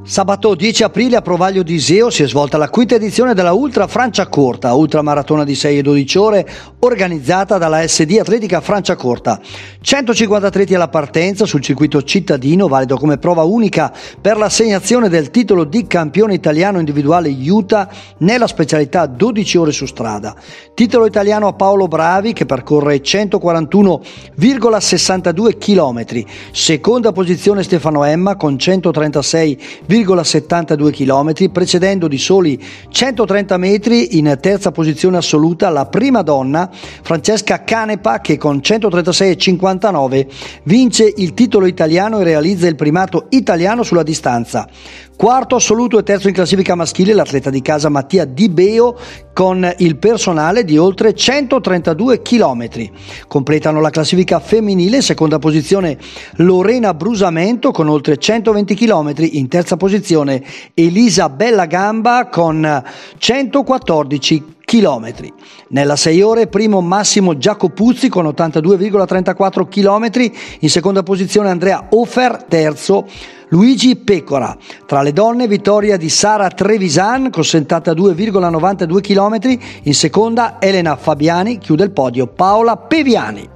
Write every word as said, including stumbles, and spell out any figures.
Sabato dieci aprile a Provaglio di Iseo si è svolta la quinta edizione della Ultra Franciacorta, ultramaratona di sei e dodici ore organizzata dalla S D Atletica Franciacorta. centocinquanta atleti alla partenza sul circuito cittadino, valido come prova unica per l'assegnazione del titolo di campione italiano individuale Utah nella specialità dodici ore su strada. Titolo italiano a Paolo Bravi che percorre centoquarantuno virgola sessantadue chilometri. Seconda posizione Stefano Emma con centotrentasei virgola settantadue chilometri, precedendo di soli centotrenta metri in terza posizione assoluta la prima donna Francesca Canepa che con centotrentasei virgola cinquantanove vince il titolo italiano e realizza il primato italiano sulla distanza. Quarto assoluto e terzo in classifica maschile l'atleta di casa Mattia Di Beo con il personale di oltre centotrentadue chilometri. Completano la classifica femminile in seconda posizione Lorena Brusamento con oltre centoventi chilometri, in terza posizione Elisa Bellagamba con centoquattordici chilometri. Nella sei ore primo Massimo Giacopuzzi con ottantadue virgola trentaquattro chilometri, in seconda posizione Andrea Ofer, terzo Luigi Pecora. Tra le donne vittoria di Sara Trevisan con settantadue virgola novantadue chilometri, in seconda Elena Fabiani, chiude il podio Paola Peviani.